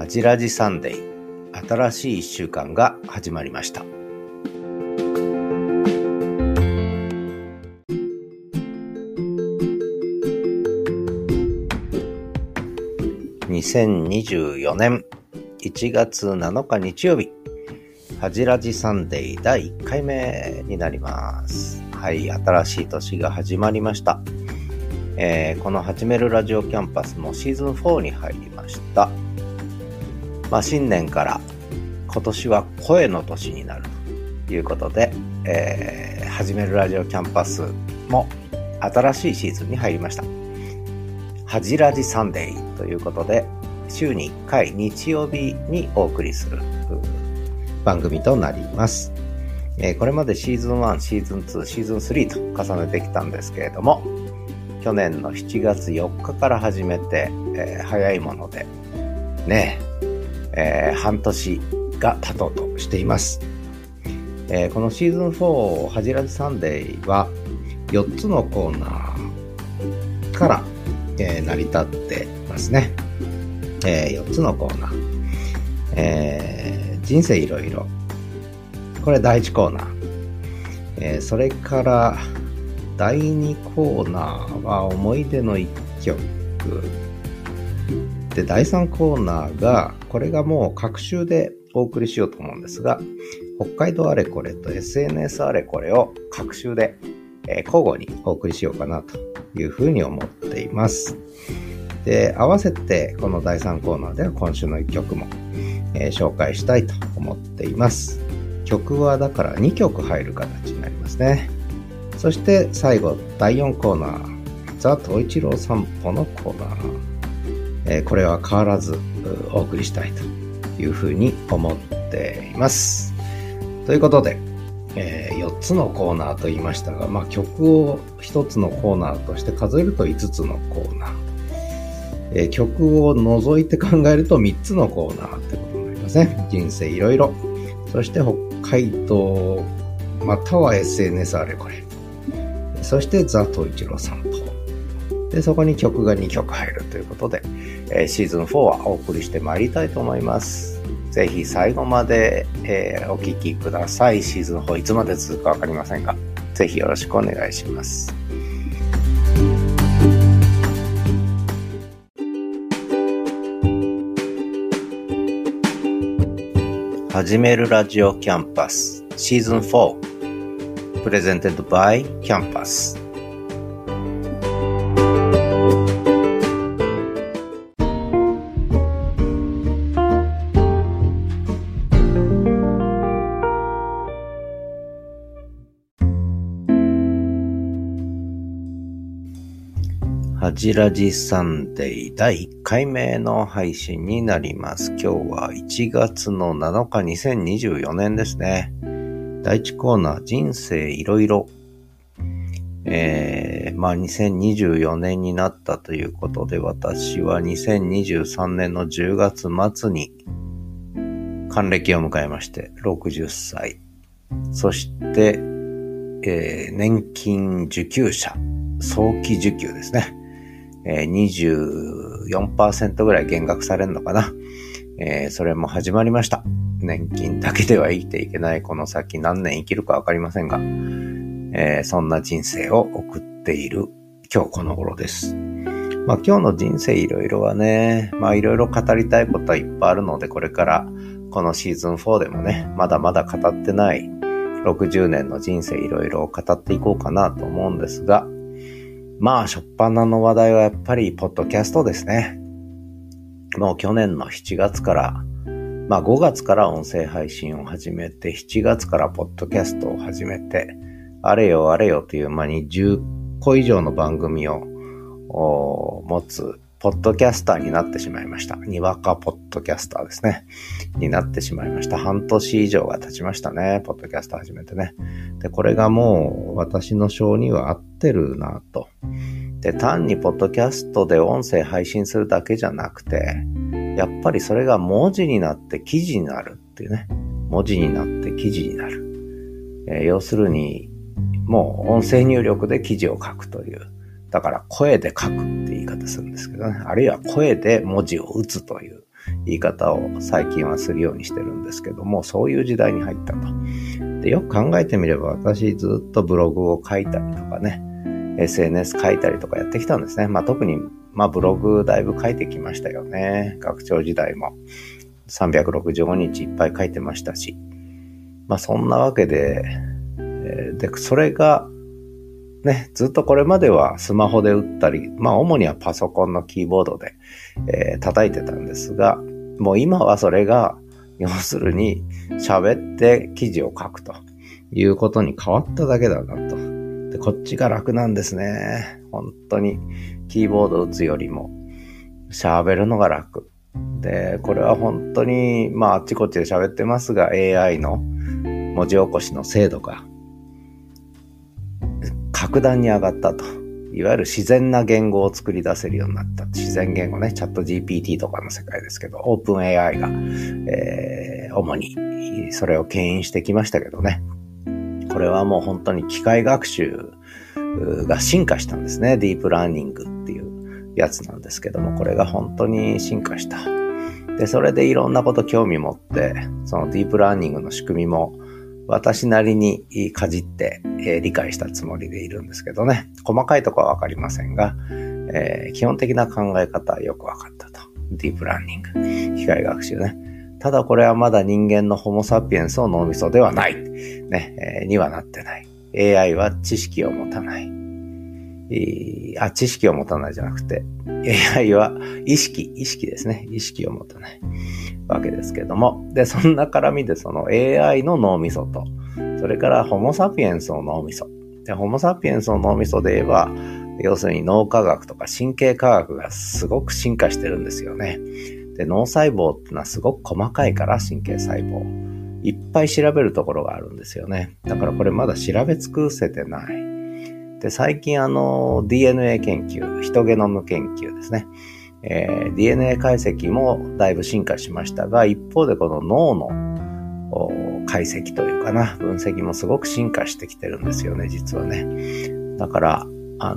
ジラジサンデー、新しい1週間が始まりました。2024年1月7日日曜日、ハジラジサンデー第1回目になります。はい、新しい年が始まりました。この始めるラジオキャンパスもシーズン4に入りました。新年から今年は声の年になるということで、始めるラジオキャンパスも新しいシーズンに入りました。ハジラジサンデーということで、週に1回日曜日にお送りする番組となります。これまでシーズン1、シーズン2、シーズン3と重ねてきたんですけれども、去年の7月4日から始めて、早いものでね、半年が経とうとしています。このシーズン4ハジラジサンデーは4つのコーナーから、成り立ってますね。4つのコーナー、人生いろいろ、これ第1コーナー、それから第2コーナーは思い出の1曲で、第3コーナーがこれがもう各週でお送りしようと思うんですが、北海道あれこれと SNS あれこれを各週で、交互にお送りしようかなというふうに思っています。で、合わせてこの第3コーナーでは今週の1曲も、紹介したいと思っています。曲はだから2曲入る形になりますね。そして最後第4コーナー、ザ・トイチロー散歩のコーナー、これは変わらずお送りしたいというふうに思っています。ということで、4つのコーナーと言いましたが、曲を1つのコーナーとして数えると5つのコーナー、曲を除いて考えると3つのコーナーってことになりますね。人生いろいろ、そして北海道または SNS あれこれ、そしてザ・トイチロー散歩で、そこに曲が2曲入るということで、シーズン4はお送りしてまいりたいと思います。ぜひ最後まで、お聞きください。シーズン4いつまで続くかわかりませんが、ぜひよろしくお願いします。始めるラジオキャンパスシーズン4プレゼンテッドバイキャンパス。ハジラジサンデー第1回目の配信になります。今日は1月の7日2024年ですね。第1コーナー、人生いろいろ。2024年になったということで、私は2023年の10月末に還暦を迎えまして60歳。そして、年金受給者、早期受給ですね。24% ぐらい減額されるのかな。それも始まりました。年金だけでは生きていけない、この先何年生きるかわかりませんが、そんな人生を送っている今日この頃です。今日の人生いろいろはね、いろいろ語りたいことはいっぱいあるので、これからこのシーズン4でもね、まだまだ語ってない60年の人生いろいろを語っていこうかなと思うんですが、初っ端の話題はやっぱりポッドキャストですね。もう去年の7月から、5月から音声配信を始めて、7月からポッドキャストを始めて、あれよあれよという間に10個以上の番組を持つポッドキャスターになってしまいました。にわかポッドキャスターですね。になってしまいました。半年以上が経ちましたね。ポッドキャスター始めてね。で、これがもう私の性には合ってるなと。で、単にポッドキャストで音声配信するだけじゃなくて、やっぱりそれが文字になって記事になるっていうね。文字になって記事になる。要するに、もう音声入力で記事を書くという。だから声で書くって言い方するんですけどね。あるいは声で文字を打つという言い方を最近はするようにしてるんですけども、そういう時代に入ったと。で、よく考えてみれば私ずっとブログを書いたりとかね、SNS 書いたりとかやってきたんですね。特にブログだいぶ書いてきましたよね。学長時代も365日いっぱい書いてましたし。そんなわけで、それがね、ずっとこれまではスマホで打ったり、主にはパソコンのキーボードで、叩いてたんですが、もう今はそれが、要するに喋って記事を書くということに変わっただけだなと。で、こっちが楽なんですね。本当にキーボード打つよりも喋るのが楽。で、これは本当に、あっちこっちで喋ってますが、AI の文字起こしの精度が格段に上がったと。いわゆる自然な言語を作り出せるようになった。自然言語ね、チャット GPT とかの世界ですけど、オープン AI が、主にそれを牽引してきましたけどね。これはもう本当に機械学習が進化したんですね。ディープラーニングっていうやつなんですけども、これが本当に進化した。で、それでいろんなこと興味持って、そのディープラーニングの仕組みも私なりにかじって、理解したつもりでいるんですけどね。細かいところはわかりませんが、基本的な考え方はよくわかったと。ディープラーニング、機械学習ね。ただこれはまだ人間のホモサピエンスの脳みそではない。ね、にはなってない。AI は知識を持たない。知識を持たないじゃなくて、AI は意識ですね。意識を持たないわけですけども。で、そんな絡みでその AI の脳みそと、それからホモサピエンスの脳みそ。で、ホモサピエンスの脳みそで言えば、要するに脳科学とか神経科学がすごく進化してるんですよね。で、脳細胞ってのはすごく細かいから神経細胞。いっぱい調べるところがあるんですよね。だからこれまだ調べ尽くせてない。で、最近DNA 研究、ヒトゲノム研究ですね。DNA 解析もだいぶ進化しましたが、一方でこの脳の解析というかな、分析もすごく進化してきてるんですよね、実はね。だから、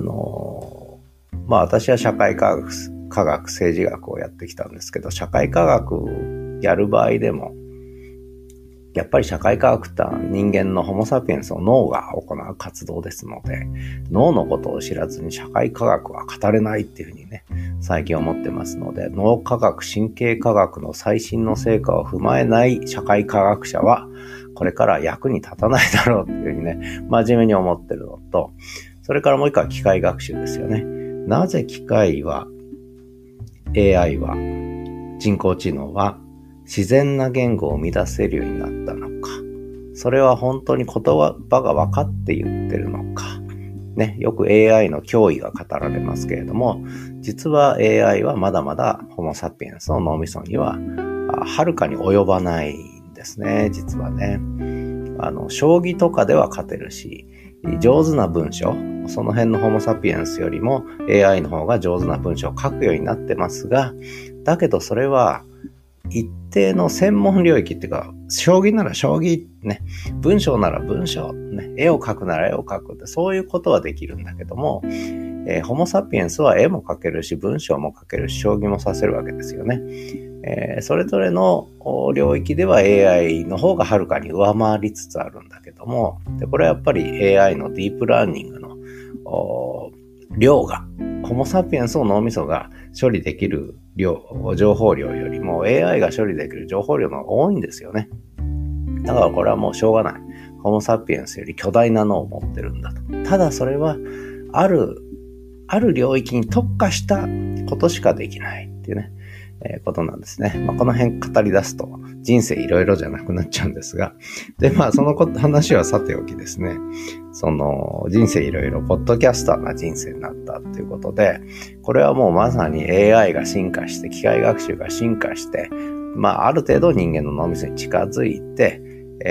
私は社会科学、政治学をやってきたんですけど、社会科学やる場合でも、やっぱり社会科学って人間のホモサピエンスの脳が行う活動ですので、脳のことを知らずに社会科学は語れないっていうふうにね、最近思ってますので、脳科学、神経科学の最新の成果を踏まえない社会科学者は、これから役に立たないだろうっていうふうにね、真面目に思ってるのと、それからもう一個は機械学習ですよね。なぜ機械は、AI は、人工知能は、自然な言語を生み出せるようになったのか。それは本当に言葉が分かって言ってるのか。ね、よく AI の脅威が語られますけれども、実は AI はまだまだホモサピエンスの脳みそには、はるかに及ばないんですね、実はね。将棋とかでは勝てるし、上手な文章、その辺のホモサピエンスよりも AI の方が上手な文章を書くようになってますが、だけどそれは、一定の専門領域っていうか、将棋なら将棋ね、文章なら文章ね、絵を描くなら絵を描くって、そういうことはできるんだけども、ホモサピエンスは絵も描けるし、文章も描けるし、将棋も指せるわけですよね。それぞれの領域では AI の方がはるかに上回りつつあるんだけども、でこれはやっぱり AI のディープラーニングの量が、ホモサピエンスの脳みそが処理できる量、情報量よりも AI が処理できる情報量の方が多いんですよね。だからこれはもうしょうがない。ホモサピエンスより巨大な脳を持ってるんだと。ただそれは、ある領域に特化したことしかできないっていうね、ことなんですね。この辺語り出すと人生いろいろじゃなくなっちゃうんですが。で、その話はさておきですね。その人生いろいろ、ポッドキャスターな人生になったっていうことで、これはもうまさに AI が進化して、機械学習が進化して、ある程度人間の脳みそに近づいて、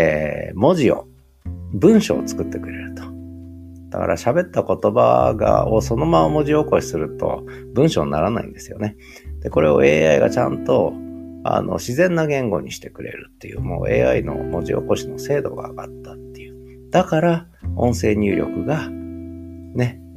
文章を作ってくれると。だから喋った言葉をそのまま文字起こしすると文章にならないんですよね。で、これを AI がちゃんと自然な言語にしてくれるっていう、もう AI の文字起こしの精度が上がったっていう。だから音声入力がね、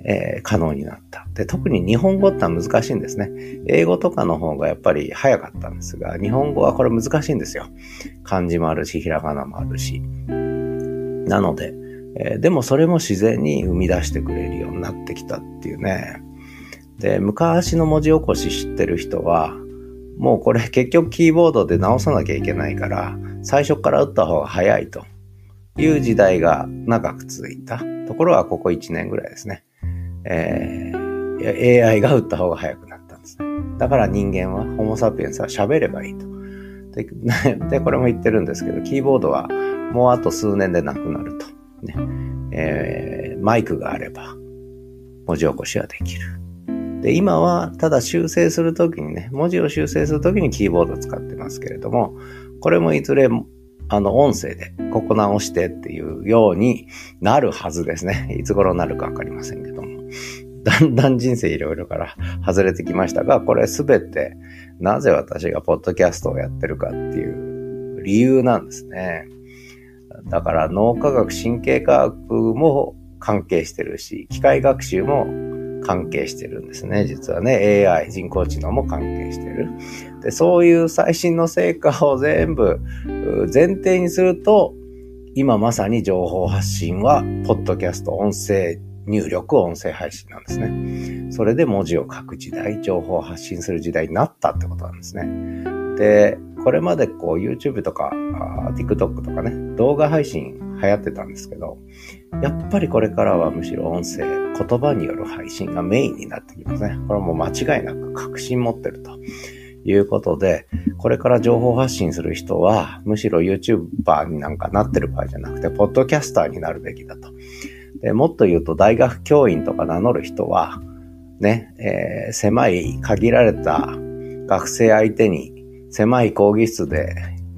可能になった。で、特に日本語ってのは難しいんですね。英語とかの方がやっぱり早かったんですが、日本語はこれ難しいんですよ。漢字もあるし、ひらがなもあるし。なので、でもそれも自然に生み出してくれるようになってきたっていうね。で、昔の文字起こし知ってる人は、もうこれ結局キーボードで直さなきゃいけないから、最初から打った方が早いという時代が長く続いた。ところがここ1年ぐらいですね。AI が打った方が早くなったんですね。だから人間は、ホモサピエンスは喋ればいいと。で、これも言ってるんですけど、キーボードはもうあと数年でなくなると。ね、マイクがあれば文字起こしはできる。で、今はただ修正するときにね、文字を修正するときにキーボードを使ってますけれども、これもいずれ音声でここ直してっていうようになるはずですね。いつ頃なるかわかりませんけども。だんだん人生いろいろから外れてきましたが、これすべてなぜ私がポッドキャストをやってるかっていう理由なんですね。だから脳科学、神経科学も関係してるし、機械学習も関係してるんですね。実はね、AI、人工知能も関係してる。で、そういう最新の成果を全部前提にすると、今まさに情報発信は、ポッドキャスト、音声入力、音声配信なんですね。それで文字を書く時代、情報を発信する時代になったってことなんですね。で、これまでこう YouTube とか TikTok とかね、動画配信流行ってたんですけど、やっぱりこれからはむしろ音声、言葉による配信がメインになってきますね。これはもう間違いなく確信持ってるということで、これから情報発信する人は、むしろ YouTuber になんかなってる場合じゃなくて、ポッドキャスターになるべきだと。で、もっと言うと大学教員とか名乗る人は、ね、狭い限られた学生相手に狭い講義室で、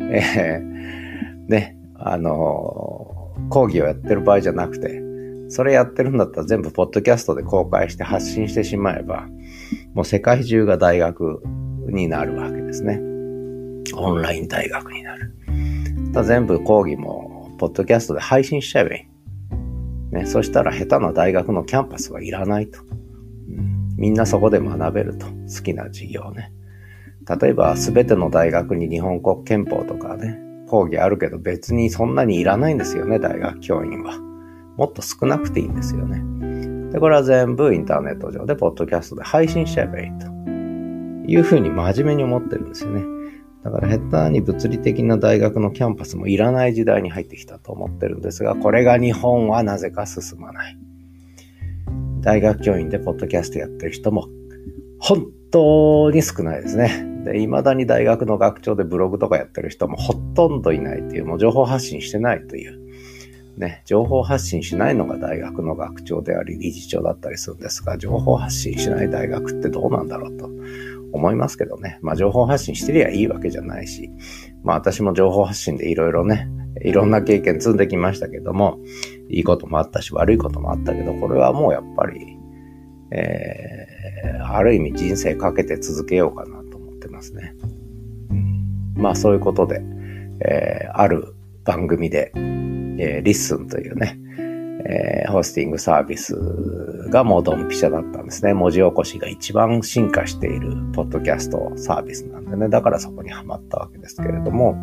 ね、講義をやってる場合じゃなくて、それやってるんだったら全部ポッドキャストで公開して発信してしまえば、もう世界中が大学になるわけですね。オンライン大学になる。全部講義もポッドキャストで配信しちゃえばいい。ね、そしたら下手な大学のキャンパスはいらないと。みんなそこで学べると。好きな授業ね。例えば全ての大学に日本国憲法とかね、講義あるけど別にそんなにいらないんですよね、大学教員は。もっと少なくていいんですよね。で、これは全部インターネット上でポッドキャストで配信しちゃえばいいというふうに真面目に思ってるんですよね。だから下手に物理的な大学のキャンパスもいらない時代に入ってきたと思ってるんですが、これが日本はなぜか進まない。大学教員でポッドキャストやってる人も本当に少ないですね。で、未だに大学の学長でブログとかやってる人もほとんどいないという、もう情報発信してないという。ね、情報発信しないのが大学の学長であり理事長だったりするんですが、情報発信しない大学ってどうなんだろうと思いますけどね。まあ情報発信してりゃいいわけじゃないし、まあ私も情報発信でいろいろね、いろんな経験積んできましたけども、いいこともあったし悪いこともあったけど、これはもうやっぱり、ある意味人生かけて続けようかなと思ってますね。まあそういうことで、ある番組で、リッスンというね、ホスティングサービスがもうドンピシャだったんですね。文字起こしが一番進化しているポッドキャストサービスなんでね。だからそこにハマったわけですけれども、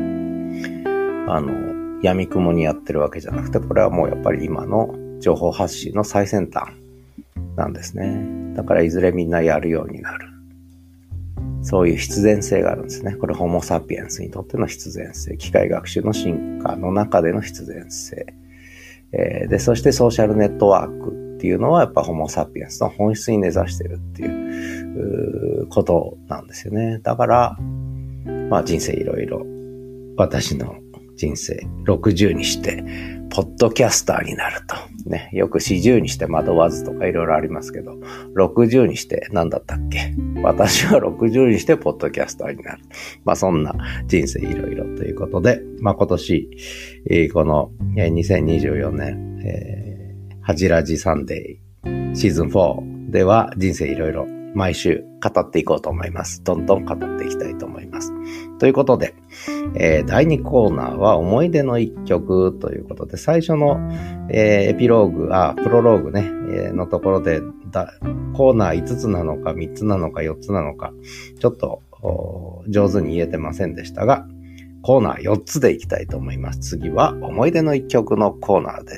闇雲にやってるわけじゃなくて、これはもうやっぱり今の情報発信の最先端なんですね。だからいずれみんなやるようになる。そういう必然性があるんですね。これホモサピエンスにとっての必然性。機械学習の進化の中での必然性。で、そしてソーシャルネットワークっていうのはやっぱホモサピエンスの本質に根ざしてるっていうことなんですよね。だから、まあ人生いろいろ、私の人生60にして、ポッドキャスターになると。ね。よく40にして惑わずとかいろいろありますけど、60にして何だったっけ？私は60にしてポッドキャスターになる。まあそんな人生いろいろということで、まあ今年、この2024年、ハジラジサンデーシーズン4では人生いろいろ毎週語っていこうと思います。どんどん語っていきたいと思います。ということで、第2コーナーは思い出の一曲ということで、最初の、エピローグ、プロローグね、のところでコーナー5つなのか3つなのか4つなのか、ちょっと上手に言えてませんでしたが、コーナー4つでいきたいと思います。次は思い出の一曲のコーナーです。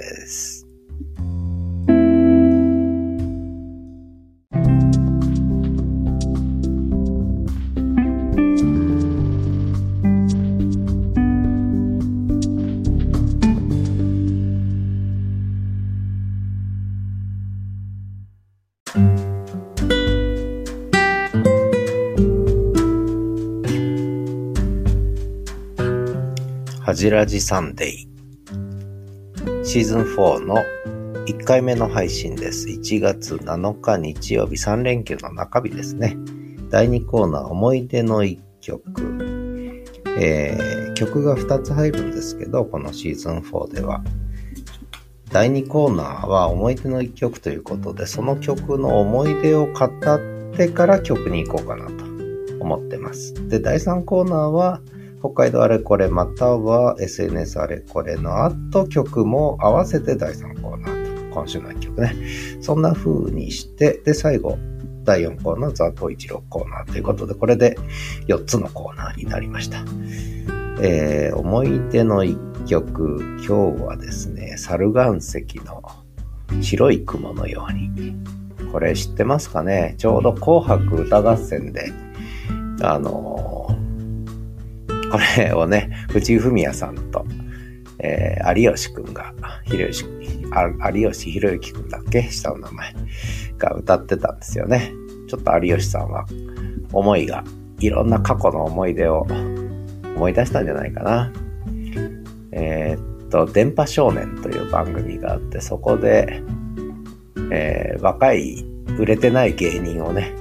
はじらじサンデーシーズン4の1回目の配信です。1月7日日曜日、3連休の中日ですね。第2コーナー思い出の1曲、曲が2つ入るんですけど、このシーズン4では第2コーナーは思い出の1曲ということで、その曲の思い出を語ってから曲に行こうかなと思ってます。で、第3コーナーは北海道あれこれまたは SNS あれこれの後曲も合わせて第3コーナーと、今週の1曲ね、そんな風にして、で最後第4コーナーザ・トイチロコーナーということで、これで4つのコーナーになりました。思い出の1曲、今日はですね、猿岩石の白い雲のように。これ知ってますかね。ちょうど紅白歌合戦でこれをね、藤井フミヤさんと、有吉くんが、有吉弘之くんだっけ、下の名前が歌ってたんですよね。ちょっと有吉さんはいろんな過去の思い出を思い出したんじゃないかな。電波少年という番組があって、そこで、若い売れてない芸人をね、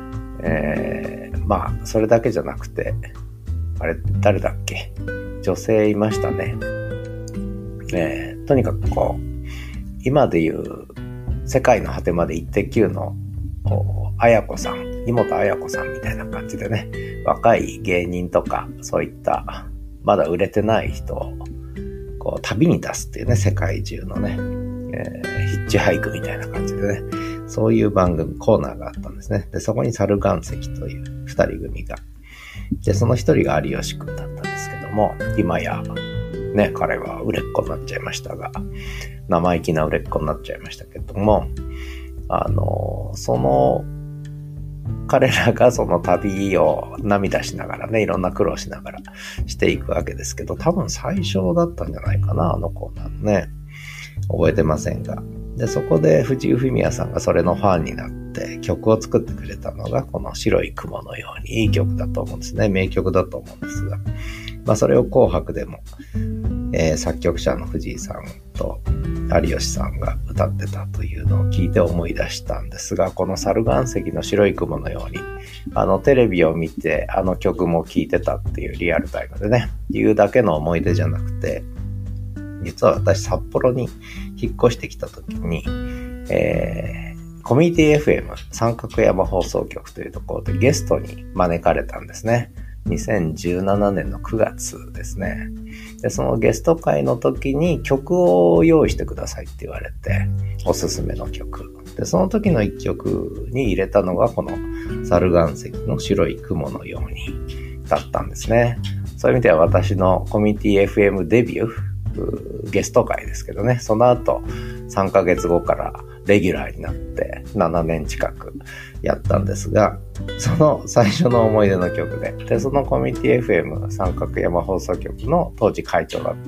それだけじゃなくて、あれ誰だっけ、女性いましたね。とにかく今でいう世界の果てまでイッテ Q の綾子さん、妹綾子さんみたいな感じでね、若い芸人とかそういったまだ売れてない人を旅に出すっていうね、世界中のね、ヒッチハイクみたいな感じでね、そういう番組コーナーがあったんですね。でそこに猿岩石という2人組が、でその1人が有吉くんだったんですけども、今やね、彼は売れっ子になっちゃいましたが、生意気な売れっ子になっちゃいましたけども、その彼らがその旅を涙しながらね、いろんな苦労しながらしていくわけですけど、多分最初だったんじゃないかな、あのコーナーのね、覚えてませんが、でそこで藤井フミヤさんがそれのファンになって曲を作ってくれたのがこの白い雲のように、いい曲だと思うんですね、名曲だと思うんですが、それを紅白でも、作曲者の藤井さんと有吉さんが歌ってたというのを聞いて思い出したんですが、この猿岩石の白い雲のように、テレビを見て曲も聴いてたっていうリアルタイムでね、いうだけの思い出じゃなくて、実は私札幌に引っ越してきた時に、コミュニティ FM 三角山放送局というところでゲストに招かれたんですね。2017年の9月ですね。でそのゲスト会の時に曲を用意してくださいって言われて、おすすめの曲で、その時の一曲に入れたのがこの猿岩石の白い雲のようにだったんですね。そういう意味では私のコミュニティ FM デビューゲスト会ですけどね、その後3ヶ月後からレギュラーになって7年近くやったんですが、その最初の思い出の曲で、そのコミュニティ FM 三角山放送局の当時会長だった、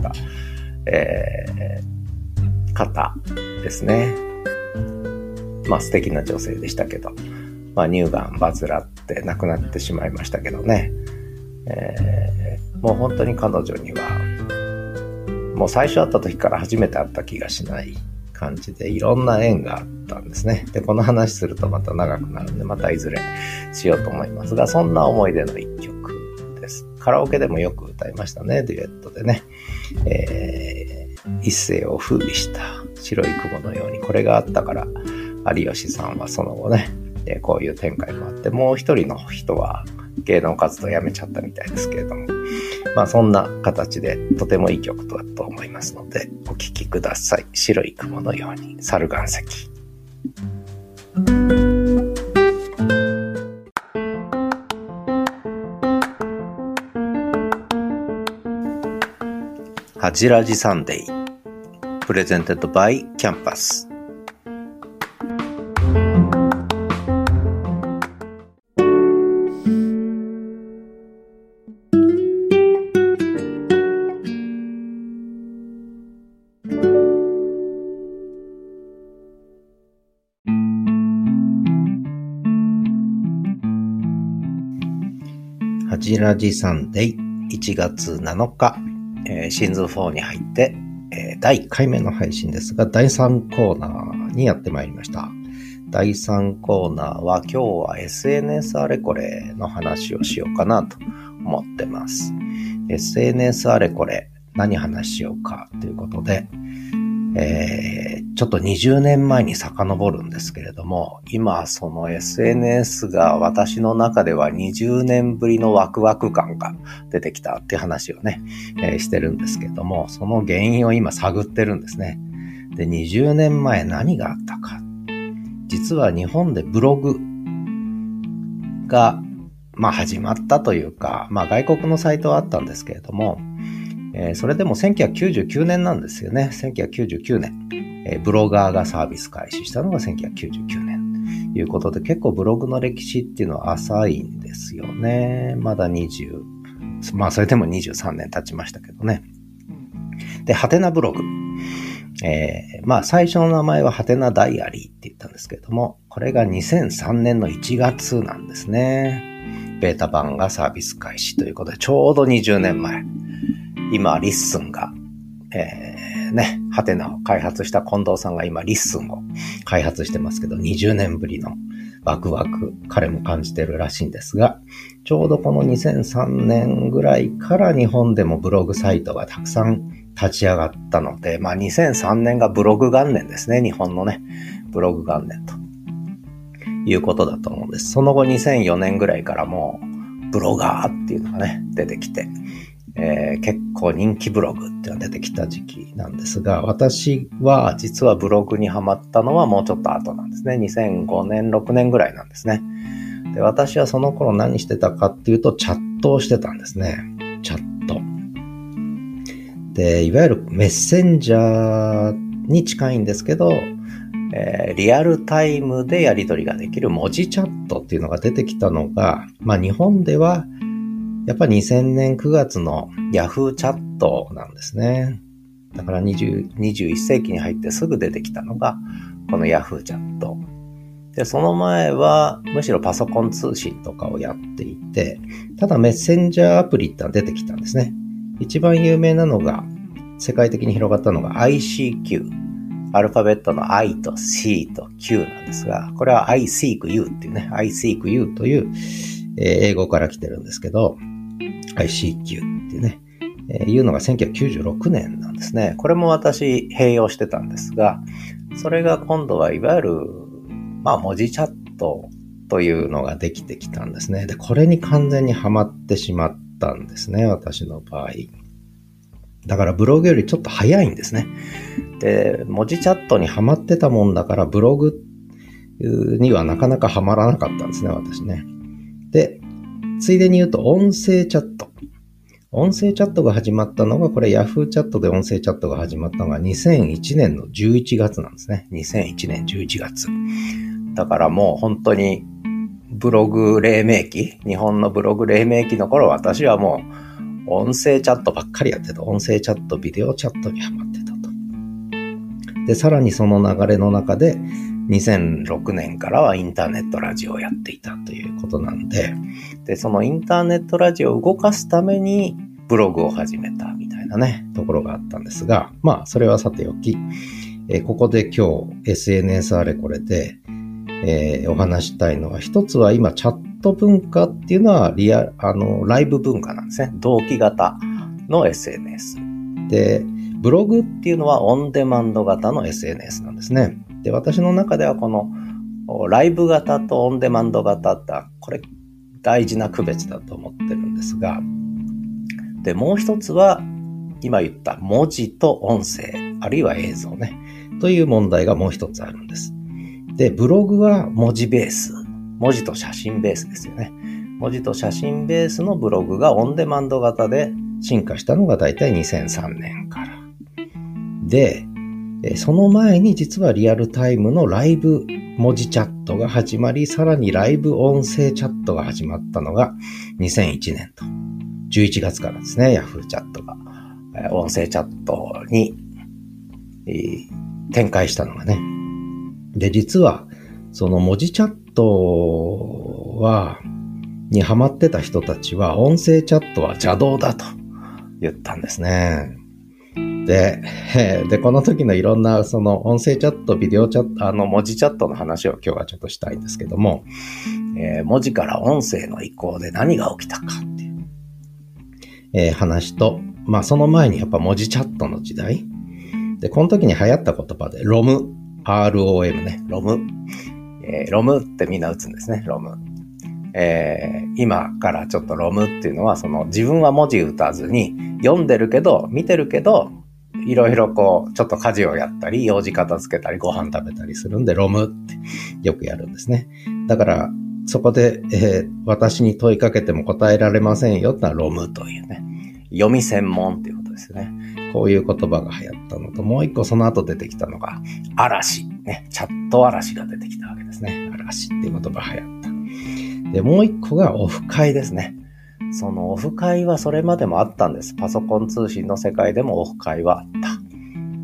方ですね。素敵な女性でしたけど、乳がん患って亡くなってしまいましたけどね、もう本当に彼女にはもう最初会った時から初めて会った気がしない感じで、いろんな縁があったんですね。でこの話するとまた長くなるんで、またいずれしようと思いますが、そんな思い出の一曲です。カラオケでもよく歌いましたね、デュエットでね。一世を風靡した白い雲のように、これがあったから有吉さんはその後ね、 で、こういう展開もあって、もう一人の人は芸能活動をやめちゃったみたいですけれども、まあそんな形でとてもいい曲だと思いますので、お聴きください。白い雲のように、猿岩石。はじらじサンデープレゼンテッドバイキャンパス。はじらじサンデー1月7日、シーズン4に入って、第1回目の配信ですが、第3コーナーにやってまいりました。第3コーナーは今日は SNS あれこれの話をしようかなと思ってます。SNS あれこれ何話しようかということで、ちょっと20年前に遡るんですけれども、今その SNS が私の中では20年ぶりのワクワク感が出てきたっていう話をね、してるんですけれども、その原因を今探ってるんですね。で、20年前何があったか。実は日本でブログが、始まったというか、外国のサイトはあったんですけれども、それでも1999年なんですよね。1999年。ブロガーがサービス開始したのが1999年。ということで結構ブログの歴史っていうのは浅いんですよね。まだそれでも23年経ちましたけどね。で、ハテナブログ。最初の名前はハテナダイアリーって言ったんですけれども、これが2003年の1月なんですね。ベータ版がサービス開始ということで、ちょうど20年前。今、リッスンが、ハテナを開発した近藤さんが今、リッスンを開発してますけど、20年ぶりのワクワク、彼も感じてるらしいんですが、ちょうどこの2003年ぐらいから日本でもブログサイトがたくさん立ち上がったので、2003年がブログ元年ですね、日本のね、ブログ元年ということだと思うんです。その後2004年ぐらいからもう、ブロガーっていうのがね、出てきて、結構人気ブログっていうのが出てきた時期なんですが、私は実はブログにハマったのはもうちょっと後なんですね。2005年、6年ぐらいなんですね。で、私はその頃何してたかっていうと、チャットをしてたんですね。チャット。で、いわゆるメッセンジャーに近いんですけど、リアルタイムでやり取りができる文字チャットっていうのが出てきたのが、日本ではやっぱり2000年9月の Yahoo チャットなんですね。だから21世紀に入ってすぐ出てきたのがこの Yahoo チャット。で、その前はむしろパソコン通信とかをやっていて、ただメッセンジャーアプリってのは出てきたんですね。一番有名なのが、世界的に広がったのが ICQ。アルファベットの I と C と Q なんですが、これは I seek you っていうね、I seek you という、英語から来てるんですけど、I seek you っていうね、いうのが1996年なんですね。これも私併用してたんですが、それが今度はいわゆる、文字チャットというのができてきたんですね。で、これに完全にハマってしまったんですね、私の場合。だからブログよりちょっと早いんですね。で、文字チャットにハマってたもんだからブログにはなかなかハマらなかったんですね、私ね。で、ついでに言うと音声チャット。音声チャットが始まったのが、これ Yahoo チャットで音声チャットが始まったのが2001年の11月なんですね。2001年11月。だからもう本当にブログ黎明期、日本のブログ黎明期の頃、私はもう音声チャットばっかりやってた。音声チャット、ビデオチャットにハマってたと。で、さらにその流れの中で、2006年からはインターネットラジオをやっていたということなんで、で、そのインターネットラジオを動かすためにブログを始めたみたいなね、ところがあったんですが、それはさておき、ここで今日 SNS あれこれで、お話したいのは、一つは今チャット文化っていうのはライブ文化なんですね。同期型の SNS。で、ブログっていうのはオンデマンド型の SNS なんですね。で、私の中ではこのライブ型とオンデマンド型って、これ大事な区別だと思ってるんですが、で、もう一つは、今言った文字と音声、あるいは映像ね、という問題がもう一つあるんです。で、ブログは文字ベース、文字と写真ベースですよね。文字と写真ベースのブログがオンデマンド型で進化したのがだいたい2003年から。で、その前に実はリアルタイムのライブ文字チャットが始まり、さらにライブ音声チャットが始まったのが2001年と。11月からですね、Yahoo チャットが、音声チャットに、展開したのがね。で、実は、その文字チャットにハマってた人たちは、音声チャットは邪道だと言ったんですね。で、この時のいろんなその音声チャット、ビデオチャット、文字チャットの話を今日はちょっとしたいんですけども、文字から音声の移行で何が起きたかっていう、話と、まあその前にやっぱ文字チャットの時代。で、この時に流行った言葉で、ROM、ROM ね、ROM ってみんな打つんですね、ROM。今からちょっとROMっていうのは、その自分は文字打たずに読んでるけど、見てるけど、いろいろこう、ちょっと家事をやったり、用事片付けたり、ご飯食べたりするんで、ROM ってよくやるんですね。だから、そこで、私に問いかけても答えられませんよってのは ROM というね。読み専門っていうことですよね。こういう言葉が流行ったのと、もう一個その後出てきたのが、嵐。ね。チャット嵐が出てきたわけですね。嵐っていう言葉が流行った。で、もう一個がオフ会ですね。そのオフ会はそれまでもあったんです。パソコン通信の世界でもオフ会はあった。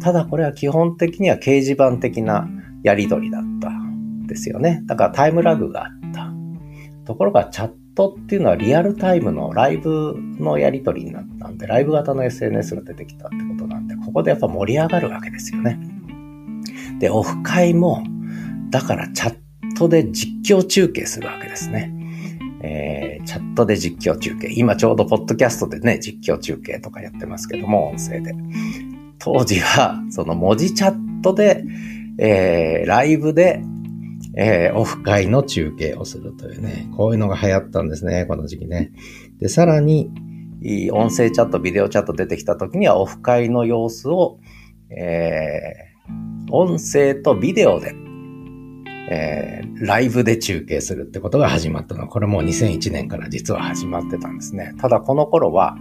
ただこれは基本的には掲示板的なやり取りだったんですよね。だからタイムラグがあった。ところがチャットっていうのはリアルタイムのライブのやり取りになったんで、ライブ型の SNS が出てきたってことなんで、ここでやっぱ盛り上がるわけですよね。で、オフ会も、だからチャットで実況中継するわけですね。チャットで実況中継。今ちょうどポッドキャストでね、実況中継とかやってますけども、音声で。当時は、その文字チャットで、ライブで、オフ会の中継をするというね、こういうのが流行ったんですね、この時期ね。で、さらに、音声チャット、ビデオチャット出てきた時には、オフ会の様子を、音声とビデオで、ライブで中継するってことが始まったの。これもう2001年から実は始まってたんですね。ただこの頃は、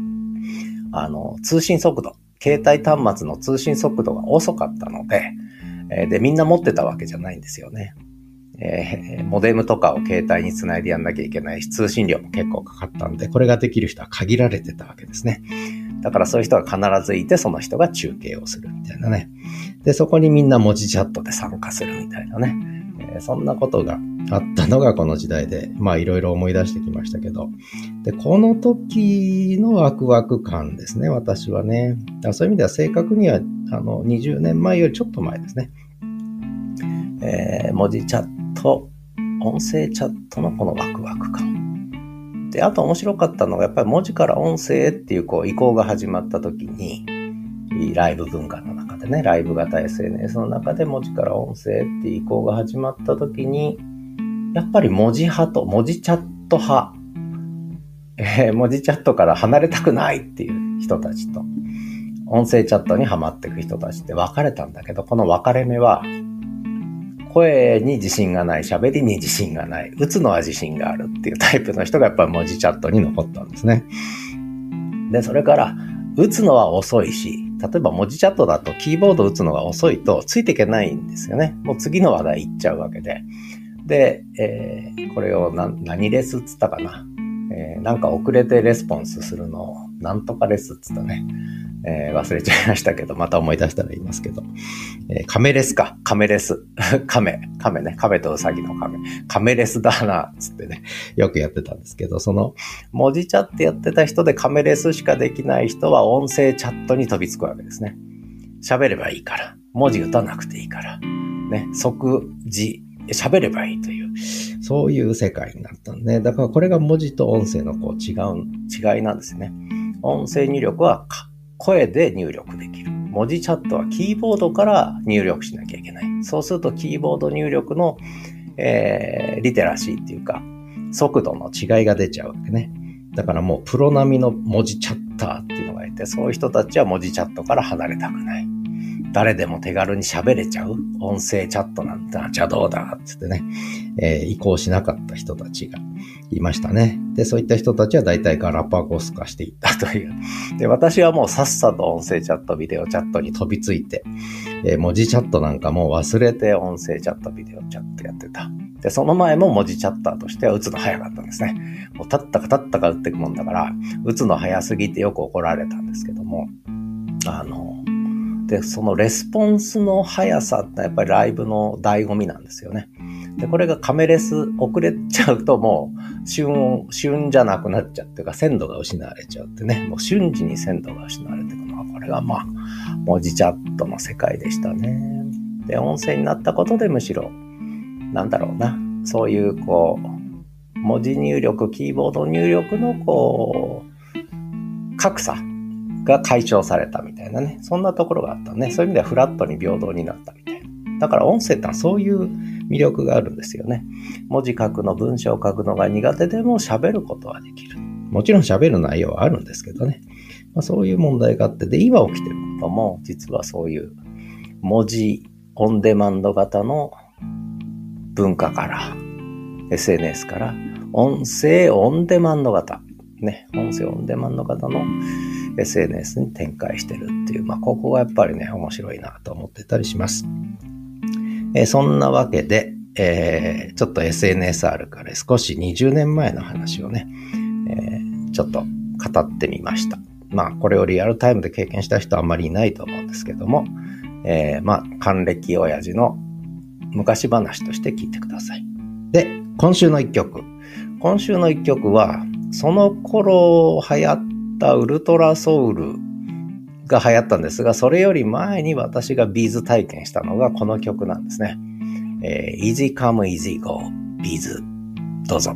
通信速度、携帯端末の通信速度が遅かったので、で、みんな持ってたわけじゃないんですよね。モデムとかを携帯につないでやんなきゃいけないし、通信量も結構かかったんで、これができる人は限られてたわけですね。だからそういう人が必ずいて、その人が中継をするみたいなね。で、そこにみんな文字チャットで参加するみたいなね。そんなことがあったのがこの時代で、まあいろいろ思い出してきましたけど。で、この時のワクワク感ですね、私はね。そういう意味では正確には、20年前よりちょっと前ですね。文字チャット、音声チャットのこのワクワク感。で、あと面白かったのが、やっぱり文字から音声っていう移行が始まった時に、ライブ文化の中でね、ライブ型 SNS の中で文字から音声っていう移行が始まった時に、やっぱり文字派と文字チャット派、文字チャットから離れたくないっていう人たちと、音声チャットにハマっていく人たちって分かれたんだけど、この分かれ目は、声に自信がない、喋りに自信がない、打つのは自信があるっていうタイプの人がやっぱり文字チャットに残ったんですね。で、それから、打つのは遅いし、例えば文字チャットだとキーボード打つのが遅いとついていけないんですよね。もう次の話題行っちゃうわけで。で、これを何レスっつったかな。なんか遅れてレスポンスするのをなんとかレスっつったね。忘れちゃいましたけど、また思い出したら言いますけど。カメレスか。カメレス。カメね。カメとウサギのカメ。カメレスだな、つってね。よくやってたんですけど、その、文字チャットやってた人でカメレスしかできない人は音声チャットに飛びつくわけですね。喋ればいいから。文字打たなくていいから。ね。即時、喋ればいいという、そういう世界になったんで、だからこれが文字と音声の違いなんですね。音声入力は声で入力できる。文文字チャットはキーボードから入力しなきゃいけない。そうするとキーボード入力の、リテラシーっていうか、速度の違いが出ちゃうわけね。だからもうプロ並みの文字チャッターっていうのがいて、そういう人たちは文字チャットから離れたくない。誰でも手軽に喋れちゃう音声チャットなんてじゃあどうだっつってね、移行しなかった人たちがいましたね。で、そういった人たちは大体ガラパゴス化していったという。で、私はもうさっさと音声チャット、ビデオチャットに飛びついて、文字チャットなんかもう忘れて音声チャット、ビデオチャットやってた。で、その前も文字チャッターとしては打つの早かったんですね。もうたったか打っていくもんだから、打つの早すぎてよく怒られたんですけども、で、そのレスポンスの速さってやっぱりライブの醍醐味なんですよね。で、これがカメレス遅れちゃうともう瞬じゃなくなっちゃうっていうか鮮度が失われちゃうってね。もう瞬時に鮮度が失われていくのは、これがまあ、文字チャットの世界でしたね。で、音声になったことでむしろ、なんだろうな、そういう文字入力、キーボード入力の格差が解消されたみたいなね。そんなところがあったね。そういう意味ではフラットに平等になったみたいな。だから音声ってのはそういう魅力があるんですよね。文字書くの、文章を書くのが苦手でも喋ることはできる。もちろん喋る内容はあるんですけどね。そういう問題があって、で、今起きてることも実はそういう文字オンデマンド型の文化から、SNS から音声オンデマンド型。ね、音声オンデマンド型の SNS に展開してるっていう、ここがやっぱりね、面白いなと思ってたりします。そんなわけで、ちょっと SNSR から少し20年前の話をね、ちょっと語ってみました。これをリアルタイムで経験した人はあんまりいないと思うんですけども、還暦親父の昔話として聞いてください。で、今週の一曲は、その頃流行ったウルトラソウルが流行ったんですが、それより前に私がビーズ体験したのがこの曲なんですね。Easy Come Easy Go ビーズ、どうぞ。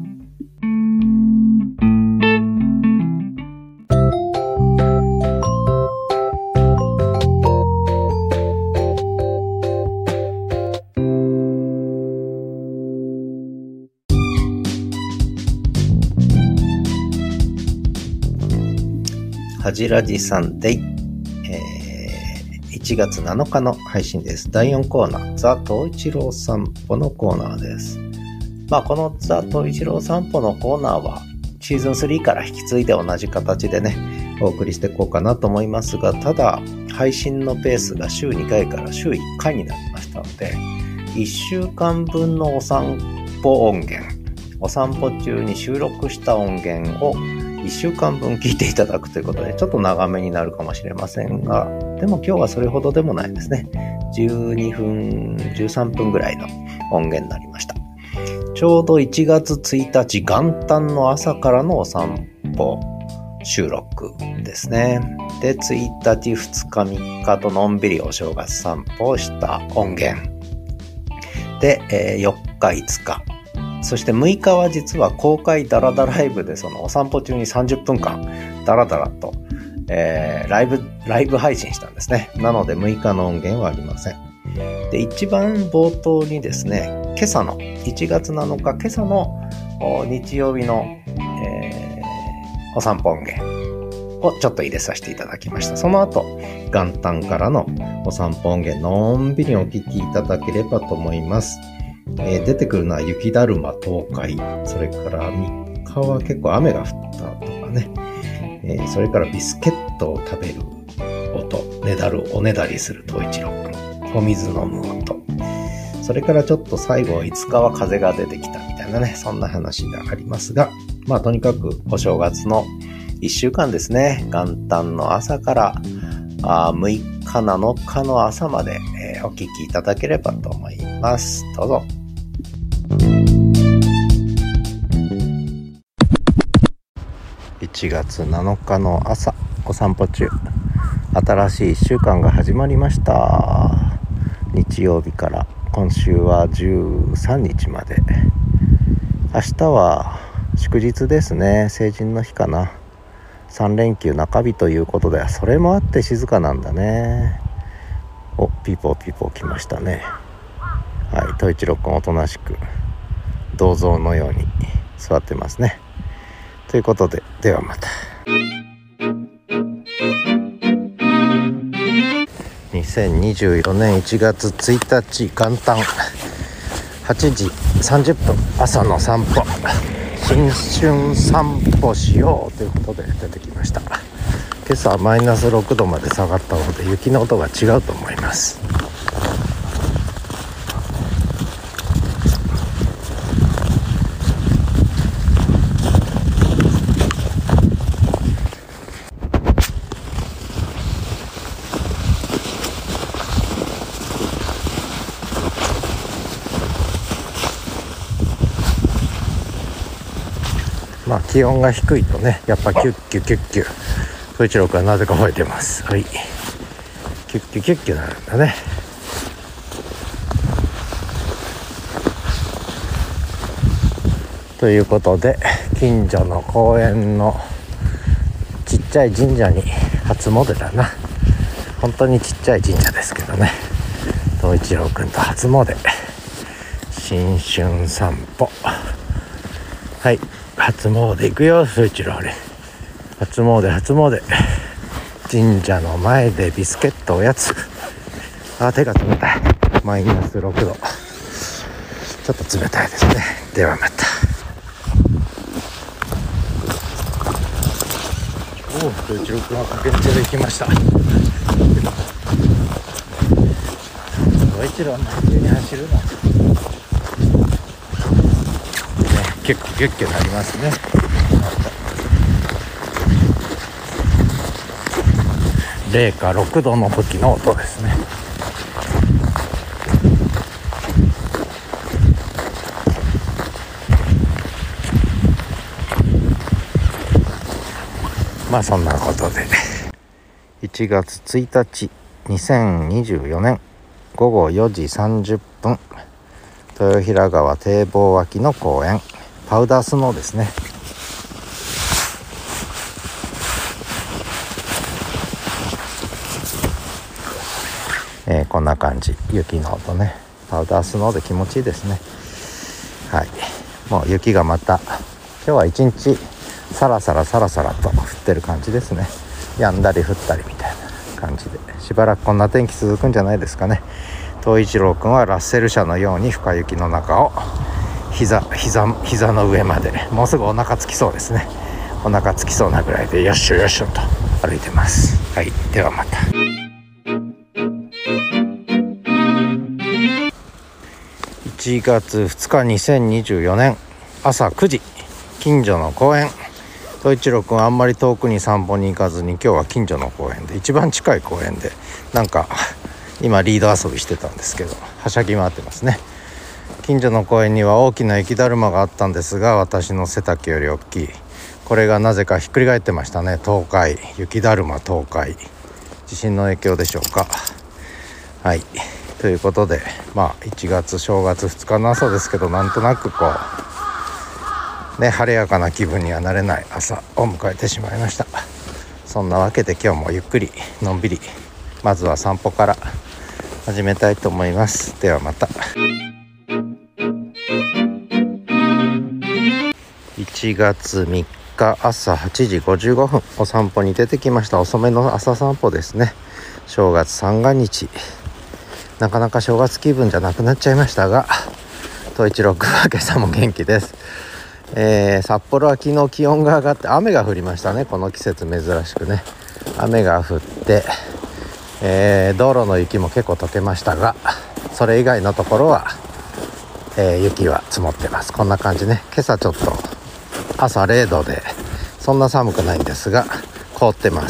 はじらじサンデイ、1月7日の配信です。第4コーナー、ザ・東一郎散歩のコーナーです。このザ・東一郎散歩のコーナーはシーズン3から引き継いで同じ形でね、お送りしていこうかなと思いますが、ただ配信のペースが週2回から週1回になりましたので、1週間分のお散歩音源、お散歩中に収録した音源を1週間分聞いていただくということで、ちょっと長めになるかもしれませんが、でも今日はそれほどでもないですね。12分、13分ぐらいの音源になりました。ちょうど1月1日元旦の朝からのお散歩収録ですね。で、1日、2日、3日とのんびりお正月散歩をした音源。で、4日、5日。そして6日は実は公開ダラダライブで、そのお散歩中に30分間ダラダラと、ライブ配信したんですね。なので6日の音源はありません。で、一番冒頭にですね、今朝の1月7日今朝の日曜日の、お散歩音源をちょっと入れさせていただきました。その後元旦からのお散歩音源のんびりお聞きいただければと思います。出てくるのは雪だるま東海、それから3日は結構雨が降ったとかね、それからビスケットを食べる音、おねだりする東一郎君、お水飲む音、それからちょっと最後5日は風が出てきたみたいなね、そんな話がありますが、とにかくお正月の1週間ですね、元旦の朝から6日7日の朝まで、お聞きいただければと思います。どうぞ。1月7日の朝、お散歩中、新しい1週間が始まりました。日曜日から今週は13日まで。明日は祝日ですね。成人の日かな。 3連休中日ということで、それもあって静かなんだね。お、ピーポーピーポー来ましたね。はい、統一郎くんおとなしく銅像のように座ってますね。ということで、ではまた。2024年1月1日元旦8時30分朝の散歩、新春散歩しようということで出てきました。今朝はマイナス6度まで下がったので雪の音が違うと思います。まあ気温が低いとね、やっぱキュッキュキュッキュ、統一郎くんはなぜか吠えてます。はい、キュッキュキュッキュなるんだね。ということで、近所の公園のちっちゃい神社に初詣だな。本当にちっちゃい神社ですけどね。統一郎くんと初詣、新春散歩。はい、初詣行くよ、統一郎。初詣。神社の前でビスケットおやつ。手が冷たい。マイナス6度、ちょっと冷たいですね。ではまた。統一郎くんは駆け抜けで行きました。統一郎は急に走るの、結構ギュッギュなりますね。零下6度の時の音ですね。まあそんなことで、1月1日2024年午後4時30分、豊平川堤防脇の公園、パウダースノーですね。こんな感じ、雪の音ね、パウダースノーで気持ちいいですね。はい、もう雪がまた今日は一日サラサラと降ってる感じですね。止んだり降ったりみたいな感じで、しばらくこんな天気続くんじゃないですかね。統一郎くんはラッセル車のように深雪の中を膝の上まで、もうすぐお腹つきそうですね。お腹つきそうなぐらいでよっしょよっしょと歩いてます。はい、ではまた。1月2日2024年朝9時、近所の公園。統一郎くんはあんまり遠くに散歩に行かずに、今日は近所の公園で、一番近い公園でなんか今リード遊びしてたんですけど、はしゃぎ回ってますね。近所の公園には大きな雪だるまがあったんですが、私の背丈より大きい。これがなぜかひっくり返ってましたね。倒壊、雪だるま倒壊、地震の影響でしょうか。はい、ということで、1月正月2日の朝ですけど、なんとなくこうね、晴れやかな気分にはなれない朝を迎えてしまいました。そんなわけで今日もゆっくりのんびり、まずは散歩から始めたいと思います。ではまた。1月3日朝8時55分、お散歩に出てきました。遅めの朝散歩ですね。正月三が日、なかなか正月気分じゃなくなっちゃいましたが、統一郎くんは今朝も元気です。札幌は昨日気温が上がって雨が降りましたね。この季節珍しくね、雨が降って、道路の雪も結構溶けましたが、それ以外のところは、雪は積もってます。こんな感じね。今朝ちょっと朝0度でそんな寒くないんですが、凍ってます。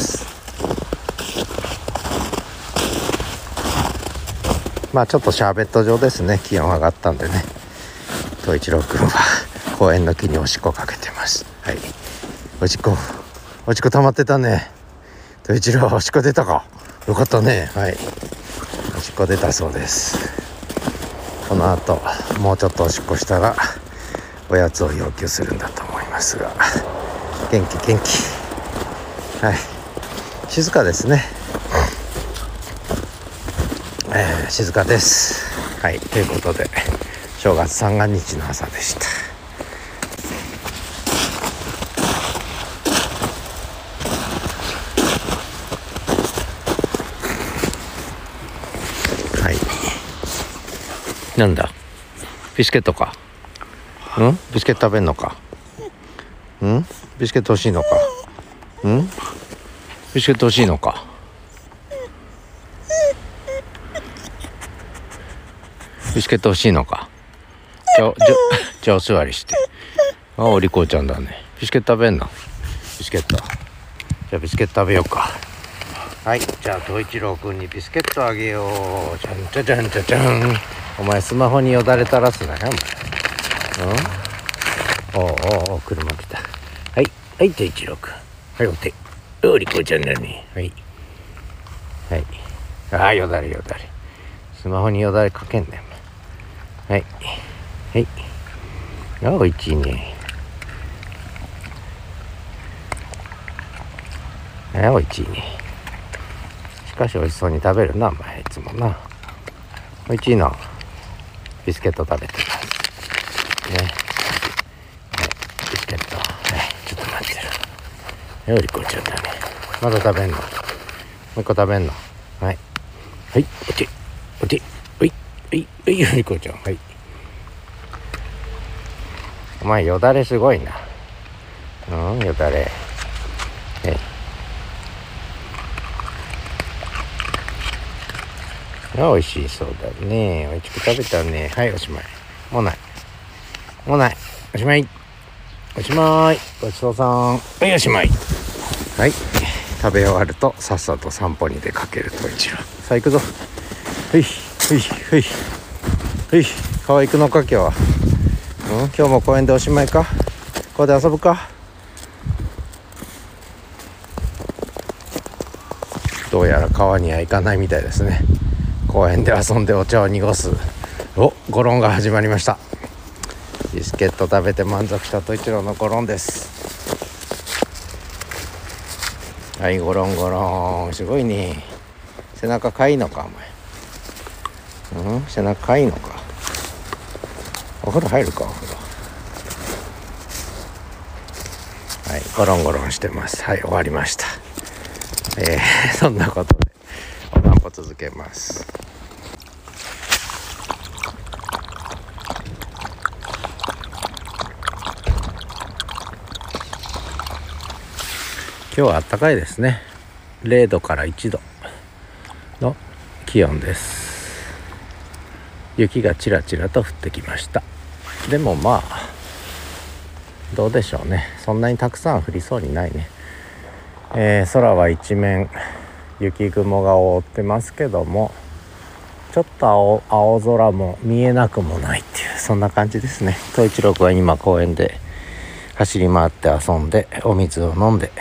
ちょっとシャーベット状ですね。気温上がったんでね。統一郎くんは公園の木におしっこかけてます。はい、おしっこ溜まってたね。統一郎、おしっこ出たか。よかったね。はい、おしっこ出たそうです。この後もうちょっとおしっこしたらおやつを要求するんだと思いますが、元気。 はい、静かですね。静かです。はい、ということで正月三が日の朝でした。はい、なんだビスケットか。ビスケット食べんのか。ビスケット欲しいのか。ビスケット欲しいのか。ビスケット欲しいのか。じゃあお座りして。お利口ちゃんだね。ビスケット食べんの。ビスケット。じゃあビスケット食べようか。はい、じゃあ東一郎くんにビスケットあげよう。じゃんじゃじゃんじゃじゃん。お前スマホによだれ垂らすなよお前。お車来た。はい東一郎くん。はい、お手。利口ちゃんだね。はい。よだれ。スマホによだれかけんね。はい。おいしいね。おいしいね。しかしおいしそうに食べるな、お前いつもな。おいしいな。ビスケット食べてますね。ビスケット。ちょっと待ってる。利口ちゃんだね。まだ食べんの。もう一個食べんの。はい、お手。利口ちゃん。はい。お前よだれすごいな。よだれ。おいしそうだね。おいしく食べたね。はい、おしまい。もうない。おしまい。ごちそうさん。はい、おしまい。はい。食べ終わるとさっさと散歩に出かけると一郎。さあ行くぞ。川行くのか今日は。今日も公園でおしまいか。ここで遊ぶか。どうやら川には行かないみたいですね。公園で遊んでお茶を濁すゴロンが始まりました。ビスケット食べて満足した東一郎のゴロンです。はい、ゴロンすごいね。背中かいいのかお前。背中かいいのか。お風呂入るか。お風呂。はい、ゴロンしてます。はい、終わりました。そんなことでお散歩続けます。今日は暖かいですね。0度から1度の気温です。雪がちらちらと降ってきました。でもまあどうでしょうね。そんなにたくさん降りそうにないね。空は一面雪雲が覆ってますけども、ちょっと青空も見えなくもないっていう、そんな感じですね。東一郎くんは今公園で走り回って遊んでお水を飲んで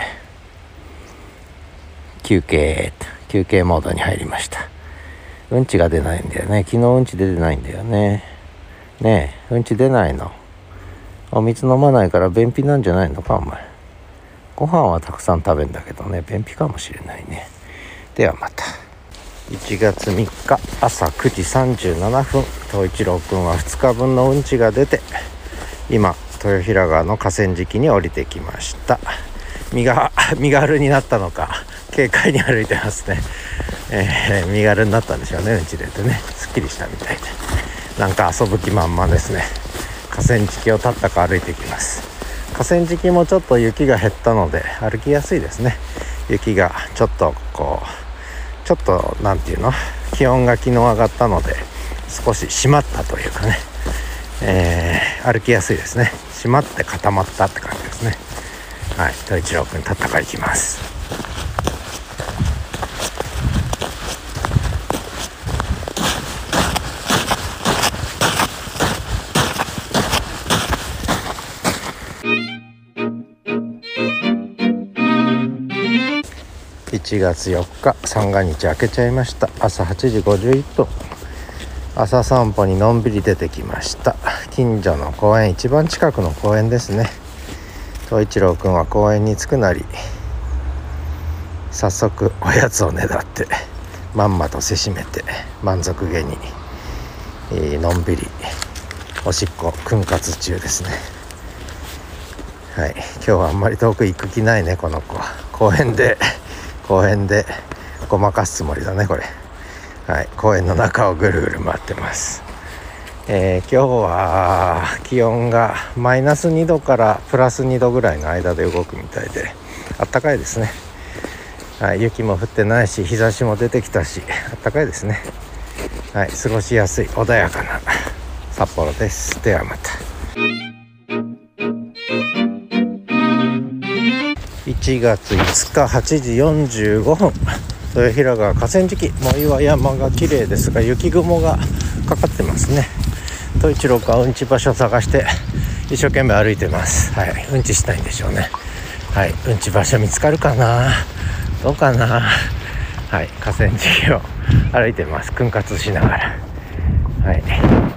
休憩モードに入りました。うんちが出ないんだよね。昨日うんち出てないんだよね。ねえ、うんち出ないの。お水飲まないから便秘なんじゃないのかお前。ご飯はたくさん食べんだけどね、便秘かもしれないね。ではまた。1月3日朝9時37分、東一郎くんは2日分のうんちが出て、今豊平川の河川敷に降りてきました。身軽になったのか軽快に歩いてますね。身軽になったんでしょうね。うんち出てね、すっきりしたみたいで、なんか遊ぶ気満々ですね。河川敷をたったく歩いていきます。河川敷もちょっと雪が減ったので歩きやすいですね。雪がちょっとなんていうの、気温が昨日上がったので少し締まったというかね、歩きやすいですね。締まって固まったって感じですね。はい、東一郎くんたったか行きます。1月4日三が日明けちゃいました。朝8時51分、朝散歩にのんびり出てきました。近所の公園、一番近くの公園ですね。東一郎くんは公園に着くなり早速おやつをねだってまんまとせしめて満足げに、のんびりおしっこ訓活中ですね。はい、今日はあんまり遠く行く気ないね。この子は公園でごまかすつもりだねこれ。はい、公園の中をぐるぐる回ってます。今日は気温がマイナス2度からプラス2度ぐらいの間で動くみたいであったかいですね。はい、雪も降ってないし日差しも出てきたしあったかいですね。はい、過ごしやすい穏やかな札幌です。ではまた。1月5日8時45分豊平川河川敷、藻岩山が綺麗ですが雪雲がかかってますね。統一郎がうんち場所を探して一生懸命歩いてます。はい、うんちしたいんでしょうね。はい、うんち場所見つかるかな、どうかな。はい、河川敷を歩いてます。訓活しながら。はい、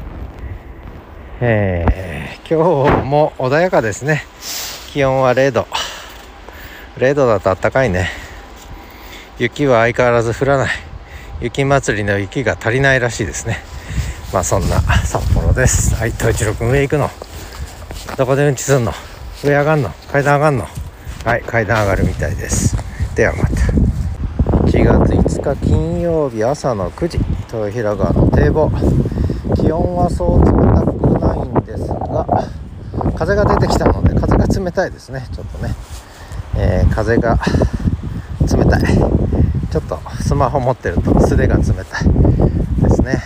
今日も穏やかですね。気温は0度だと暖かいね。雪は相変わらず降らない。雪祭りの雪が足りないらしいですね。まあそんな札幌です。はい、統一郎くん上行くの？どこでうんちすんの？上上がんの？階段上がんの？はい、階段上がるみたいです。ではまた。1月5日金曜日朝の9時豊平川の堤防、気温はそう冷たくないんですが風が出てきたので風が冷たいですね。ちょっとね、風が冷たい。ちょっとスマホ持ってると素手が冷たいですね。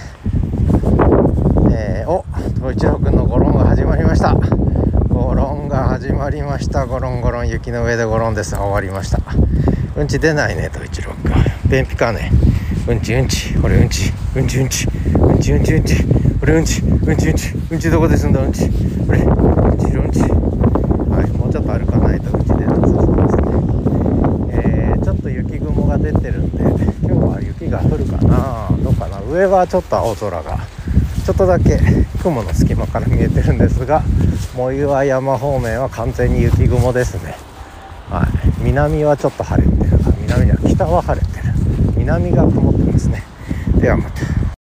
統一郎くんのゴロンが始まりました。ゴロンが始まりました。ゴロンゴロン、雪の上でゴロンです。終わりました。うんち出ないね統一郎くん。便秘かね。うんち俺うんち俺うんちどこですんだうんち俺うんち。はい、もうちょっと歩かないとうんち出なさそうですね。ちょっと雪雲が出てるんで今日は雪が降るかな、どうかな。上はちょっと青空がちょっとだけ雲の隙間から見えてるんですが藻岩山方面は完全に雪雲ですね。はい、南はちょっと晴れてる。北は晴れてる。南が曇ってますね。ではまた。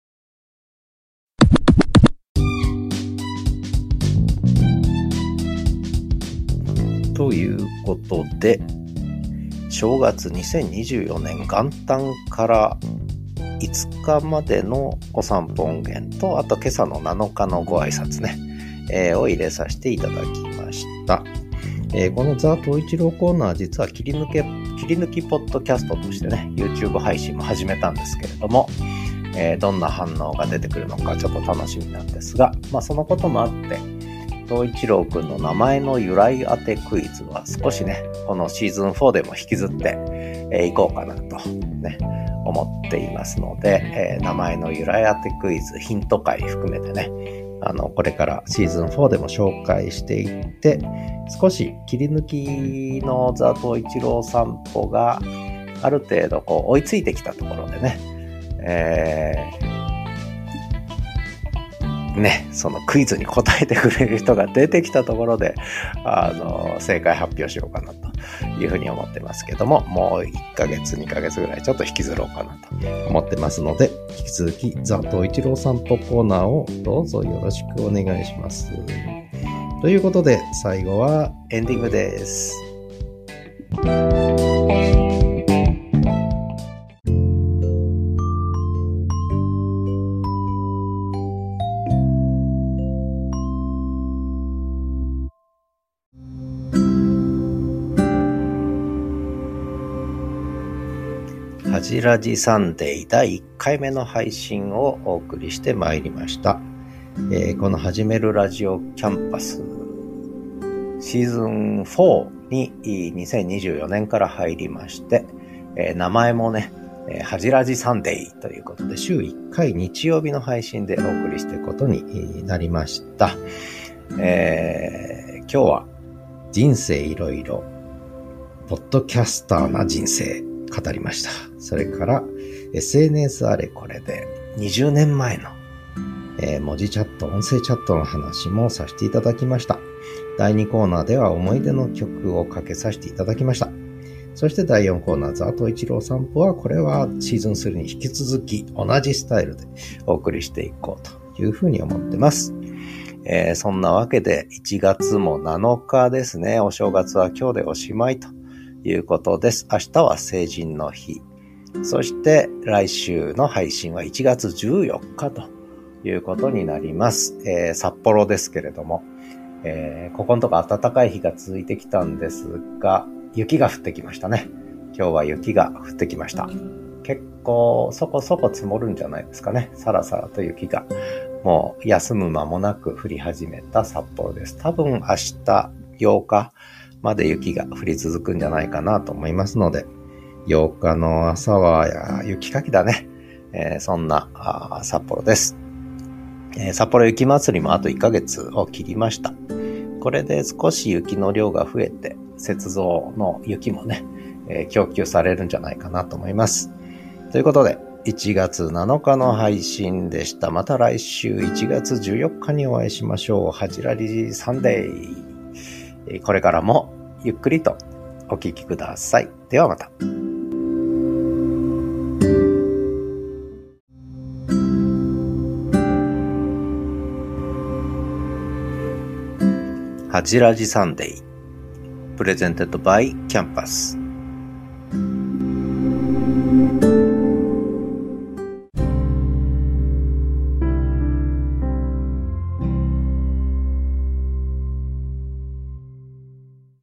ということで正月2024年元旦から5日までのお散歩音源とあと今朝の7日のご挨拶ね、を入れさせていただきました。このザ・統一郎コーナー実は切り抜きポッドキャストとしてね YouTube 配信も始めたんですけれども、どんな反応が出てくるのかちょっと楽しみなんですが、まあそのこともあって統一郎くんの名前の由来当てクイズは少しねこのシーズン4でも引きずっていこうかなとね思っていますので、名前の由来当てクイズヒント回含めてねこれからシーズン4でも紹介していって少し切り抜きのザ・統一郎散歩がある程度こう追いついてきたところでね、そのクイズに答えてくれる人が出てきたところで正解発表しようかなというふうに思ってますけども、もう1ヶ月2ヶ月ぐらいちょっと引きずろうかなと思ってますので、引き続きザ・統一郎散歩コーナーをどうぞよろしくお願いします。ということで最後はエンディングです。はじらじサンデー第1回目の配信をお送りしてまいりました。この始めるラジオキャンパスシーズン4に2024年から入りまして、名前もね、はじらじサンデーということで週1回日曜日の配信でお送りしていくことになりました。今日は人生いろいろポッドキャスターな人生語りました。それから SNS あれこれで20年前の、文字チャット、音声チャットの話もさせていただきました。第2コーナーでは思い出の曲をかけさせていただきました。 そして第4コーナー、ザト一郎散歩は、これはシーズン3に引き続き同じスタイルでお送りしていこうというふうに思ってます。そんなわけで1月も7日ですね。お正月は今日でおしまいということです。明日は成人の日。そして来週の配信は1月14日ということになります。札幌ですけれども、ここのとこ暖かい日が続いてきたんですが、雪が降ってきましたね。今日は雪が降ってきました。結構そこそこ積もるんじゃないですかね。さらさらと雪がもう休む間もなく降り始めた札幌です。多分明日8日まで雪が降り続くんじゃないかなと思いますので、8日の朝は雪かきだね。そんな札幌です。札幌雪まつりもあと1ヶ月を切りました。これで少し雪の量が増えて、雪像の雪もね、供給されるんじゃないかなと思います。ということで、1月7日の配信でした。また来週1月14日にお会いしましょう。はじらりサンデー。これからもゆっくりとお聞きください。ではまた。はじらじサンデー。プレゼンテッドバイキャンパス。